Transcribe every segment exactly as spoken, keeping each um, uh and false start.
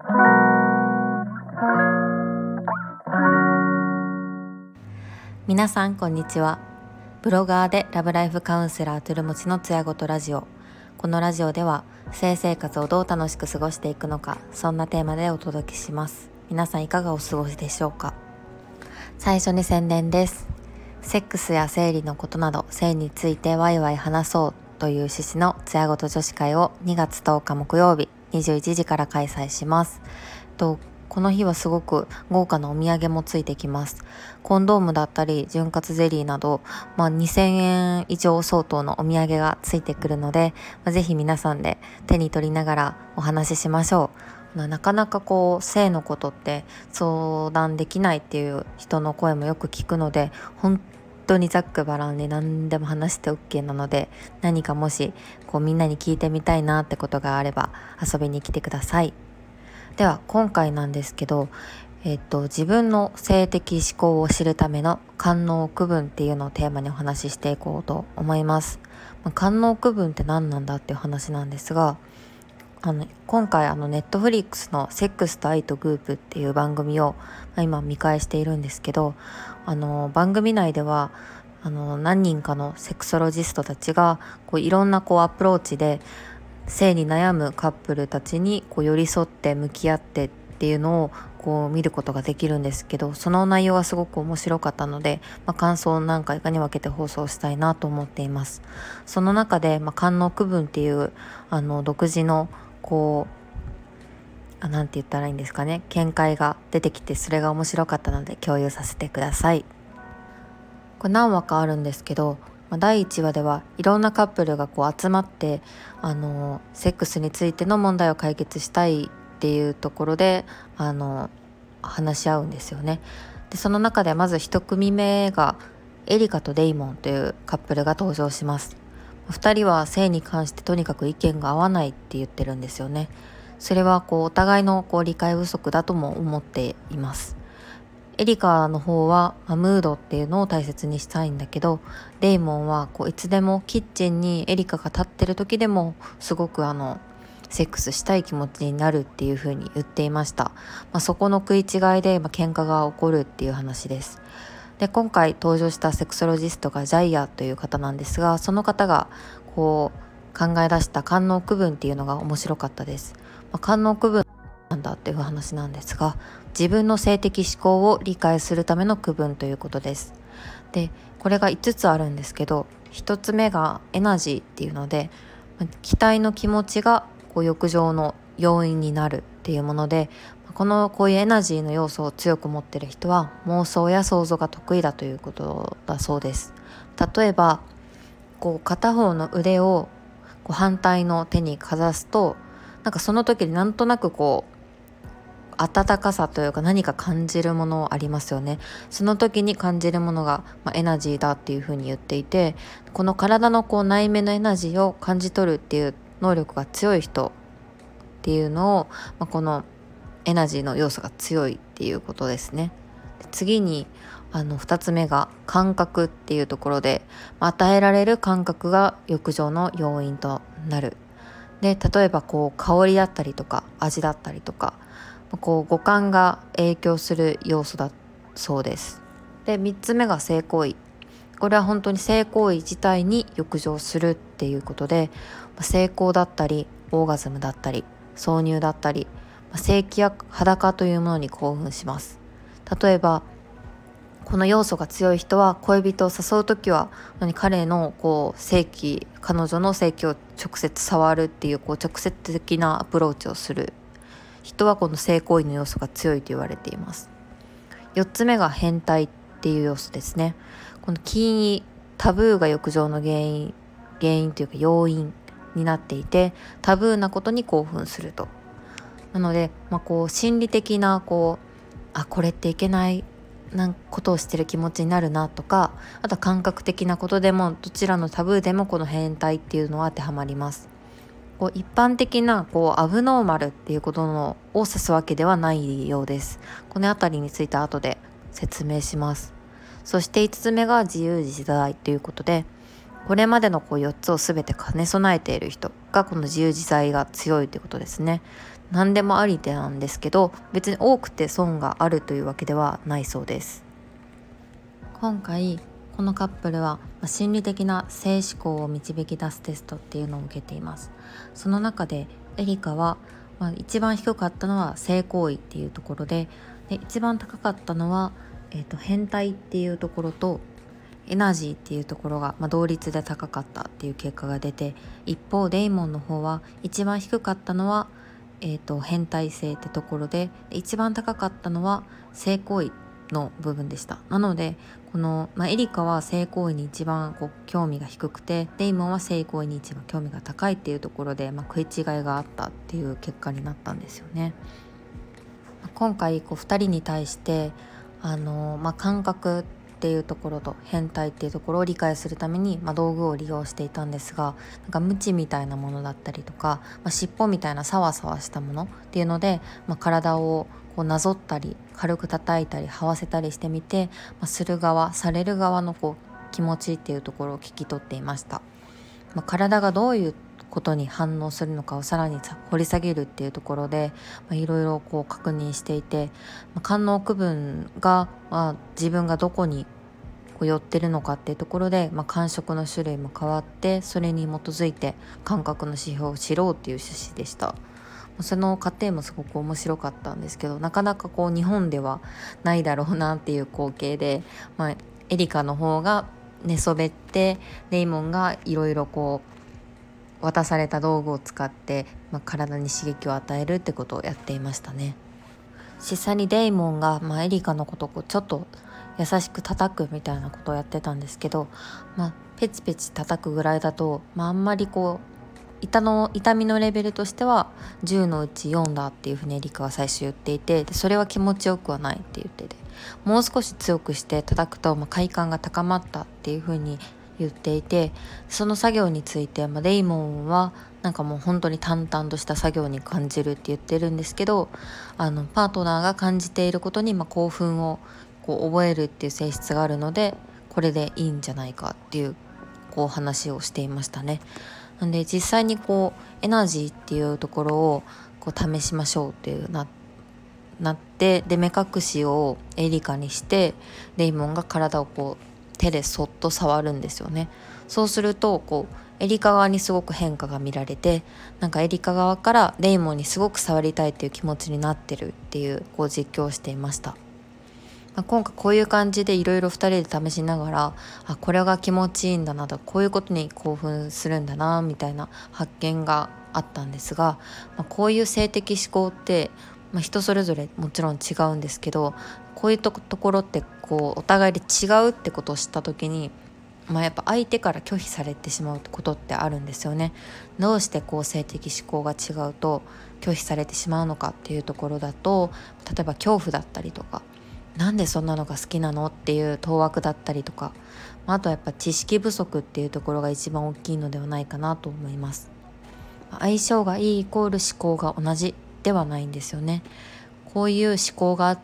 皆さんこんにちは。ブロガーでラブライフカウンセラートゥルモチのつやごとラジオ。このラジオでは性生活をどう楽しく過ごしていくのか、そんなテーマでお届けします。皆さんいかがお過ごしでしょうか。最初に宣伝です。セックスや生理のことなど性についてワイワイ話そうという趣旨のつやごと女子会をにがつとおか木曜日にじゅういちじから開催します。とこの日はすごく豪華なお土産もついてきます。コンドームだったり潤滑ゼリーなど、まあ、にせんえん以上相当のお土産がついてくるので、まあ、ぜひ皆さんで手に取りながらお話ししましょう。なかなかこう性のことって相談できないっていう人の声もよく聞くので、本当にざっくばらんに何でも話して OK なので、何かもしこうみんなに聞いてみたいなってことがあれば遊びに来てください。では今回なんですけど、えっと、自分の性的指向を知るための官能区分っていうのをテーマにお話ししていこうと思います。まあ、官能区分って何なんだっていう話なんですが、あの今回あのネットフリックスのセックスと愛とグープっていう番組を、まあ、今見返しているんですけど、あの番組内ではあの何人かのセクソロジストたちがこういろんなこうアプローチで性に悩むカップルたちにこう寄り添って向き合ってっていうのをこう見ることができるんですけど、その内容がすごく面白かったので、まあ、感想を何回かに分けて放送したいなと思っています。その中で、まあ、官能区分っていうあの独自のこうあなんて言ったらいいんですかね、見解が出てきて、それが面白かったので共有させてください。これ何話かあるんですけど、だいいちわではいろんなカップルがこう集まってあのセックスについての問題を解決したいっていうところであの話し合うんですよね。でその中でまず一組目がエリカとデイモンというカップルが登場します。ふたりは性に関してとにかく意見が合わないって言ってるんですよね。それはこうお互いのこう理解不足だとも思っています。エリカの方は、まあ、ムードっていうのを大切にしたいんだけど、デイモンはこういつでもキッチンにエリカが立ってる時でもすごくあのセックスしたい気持ちになるっていう風に言っていました。まあ、そこの食い違いで、まあ、喧嘩が起こるっていう話です。で今回登場したセクソロジストがジャイアという方なんですが、その方がこう考え出した官能区分っていうのが面白かったです。まあ、官能区分なんだっていう話なんですが、自分の性的指向を理解するための区分ということです。でこれがいつつあるんですけど、ひとつめがエナジーっていうので、期待の気持ちがこう欲情の要因になるっていうもので、このこういうエナジーの要素を強く持っている人は妄想や想像が得意だということだそうです。例えばこう片方の腕をこう反対の手にかざすと、なんかその時になんとなくこう温かさというか何か感じるものありますよね。その時に感じるものが、まあ、エナジーだっていうふうに言っていて、この体のこう内面のエナジーを感じ取るっていう能力が強い人っていうのを、まあ、このエナジーの要素が強いっていうことですね。で次にあのふたつめが感覚っていうところで、まあ、与えられる感覚が欲情の要因となる。で例えばこう香りだったりとか味だったりとか、こう五感が影響する要素だそうです。でみっつめが性行為。これは本当に性行為自体に欲情するっていうことで、性交だったりオーガズムだったり挿入だったり性器や裸というものに興奮します。例えばこの要素が強い人は恋人を誘うときは彼のこう性器彼女の性器を直接触るっていう、こう直接的なアプローチをする人はこの性行為の要素が強いと言われています。よっつめが変態っていう要素ですね。この禁意タブーが欲情の原因原因というか要因になっていて、タブーなことに興奮すると。なので、まあ、こう心理的なこうあこれっていけないなんことをしてる気持ちになるなとか、あとは感覚的なことでもどちらのタブーでもこの変態っていうのは当てはまります。こう一般的なこうアブノーマルっていうことのを指すわけではないようです。このあたりについて後で説明します。そしていつつめが自由自在ということで、これまでのこうよっつをすべて兼ね備えている人がこの自由自在が強いということですね。 何でもありでなんですけど、別に多くて損があるというわけではないそうです。今回このカップルは心理的な性思考を導き出すテストっていうのを受けています。その中でエリカは、まあ、一番低かったのは性行為っていうところで、で一番高かったのは、えーと、変態っていうところとエナジーっていうところが、まあ、同率で高かったっていう結果が出て、一方デイモンの方は一番低かったのは、えーと、変態性ってところで、一番高かったのは性行為の部分でした。なのでこの、まあ、エリカは性行為に一番こう興味が低くて、デイモンは性行為に一番興味が高いっていうところで、まあ、食い違いがあったっていう結果になったんですよね。今回こうふたりに対してあの、まあ、感覚っていうところと変態っていうところを理解するために、まあ、道具を利用していたんですが、なんかムチみたいなものだったりとか、まあ、尻尾みたいなサワサワしたものっていうので、まあ、体をこうなぞったり軽く叩いたり這わせたりしてみて、まあ、する側される側のこう気持ちっていうところを聞き取っていました。まあ、体がどういうことに反応するのかをさらに掘り下げるっていうところでいろいろこう確認していて、まあ、官能区分が、まあ、自分がどこにこう寄ってるのかっていうところで、まあ、感触の種類も変わって、それに基づいて感覚の指標を知ろうっていう趣旨でした。その過程もすごく面白かったんですけど、なかなかこう日本ではないだろうなっていう光景で、まあ、エリカの方が寝そべってレイモンがいろいろこう渡された道具を使って、まあ、体に刺激を与えるってことをやっていましたね。実際にデイモンが、まあ、エリカのことをこうちょっと優しく叩くみたいなことをやってたんですけど、まあ、ペチペチ叩くぐらいだと、まあ、あんまりこう痛の痛みのレベルとしてはじゅうのうちよんだっていうふうにエリカは最初言っていて、でそれは気持ちよくはないって言ってて、もう少し強くして叩くと、まあ、快感が高まったっていうふうに言っていて、その作業について、まあ、レイモンはなんかもう本当に淡々とした作業に感じるって言ってるんですけど、あのパートナーが感じていることに、まあ、興奮をこう覚えるっていう性質があるので、これでいいんじゃないかっていうこう話をしていましたね。なんで実際にこうエナジーっていうところをこう試しましょうっていうななってで目隠しをエリカにしてレイモンが体をこう手でそっと触るんですよね。そうするとこうエリカ側にすごく変化が見られて、なんかエリカ側からレイモンにすごく触りたいっていう気持ちになってるっていうこう実況をしていました。まあ、今回こういう感じでいろいろふたりで試しながら、あこれが気持ちいいんだなとか、こういうことに興奮するんだなみたいな発見があったんですが、まあ、こういう性的思考って、まあ、人それぞれもちろん違うんですけど、こういうところってこうお互いで違うってことを知った時に、まあ、やっぱ相手から拒否されてしまうことってあるんですよね。どうしてこう性的思考が違うと拒否されてしまうのかっていうところだと、例えば恐怖だったりとか、なんでそんなのが好きなのっていう当惑だったりとか、あとはやっぱ知識不足っていうところが一番大きいのではないかなと思います。相性がいいイコール思考が同じではないんですよね。こういう思考があって、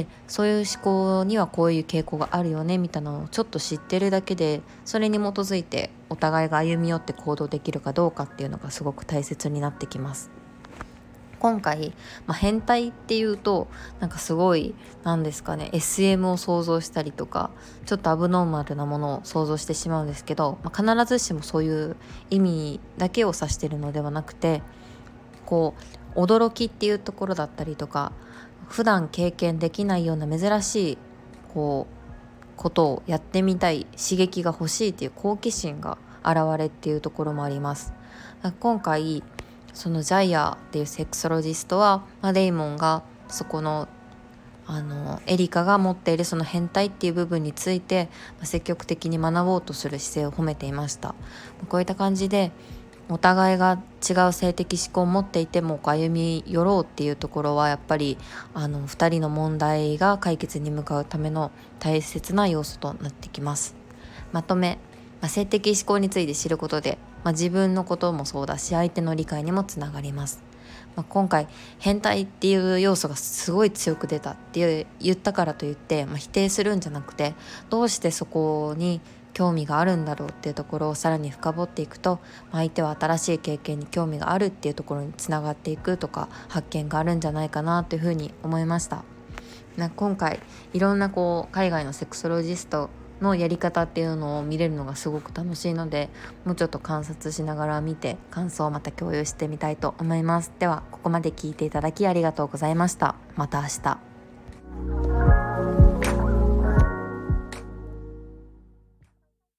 そういう思考にはこういう傾向があるよねみたいなのをちょっと知ってるだけで、それに基づいてお互いが歩み寄って行動できるかどうかっていうのがすごく大切になってきます。今回、まあ、変態っていうとなんかすごいなんですかね エスエム を想像したりとか、ちょっとアブノーマルなものを想像してしまうんですけど、まあ、必ずしもそういう意味だけを指しているのではなくて、こう驚きっていうところだったりとか、普段経験できないような珍しいこうことをやってみたい、刺激が欲しいっていう好奇心が現れっていうところもあります。今回そのジャイアっていうセクソロジストは、まあ、レイモンがそこのあのエリカが持っているその変態っていう部分について、まあ、積極的に学ぼうとする姿勢を褒めていました。こういった感じでお互いが違う性的思考を持っていても歩み寄ろうっていうところはやっぱりあのふたりの問題が解決に向かうための大切な要素となってきます。まとめ、まあ、性的思考について知ることで、まあ、自分のこともそうだし相手の理解にもつながります。まあ、今回変態っていう要素がすごい強く出たっていう言ったからといって、まあ、否定するんじゃなくて、どうしてそこに興味があるんだろうっていうところをさらに深掘っていくと、相手は新しい経験に興味があるっていうところにつながっていくとか、発見があるんじゃないかなというふうに思いました。な今回いろんなこう海外のセクソロジストのやり方っていうのを見れるのがすごく楽しいので、もうちょっと観察しながら見て感想をまた共有してみたいと思います。ではここまで聞いていただきありがとうございました。また明日。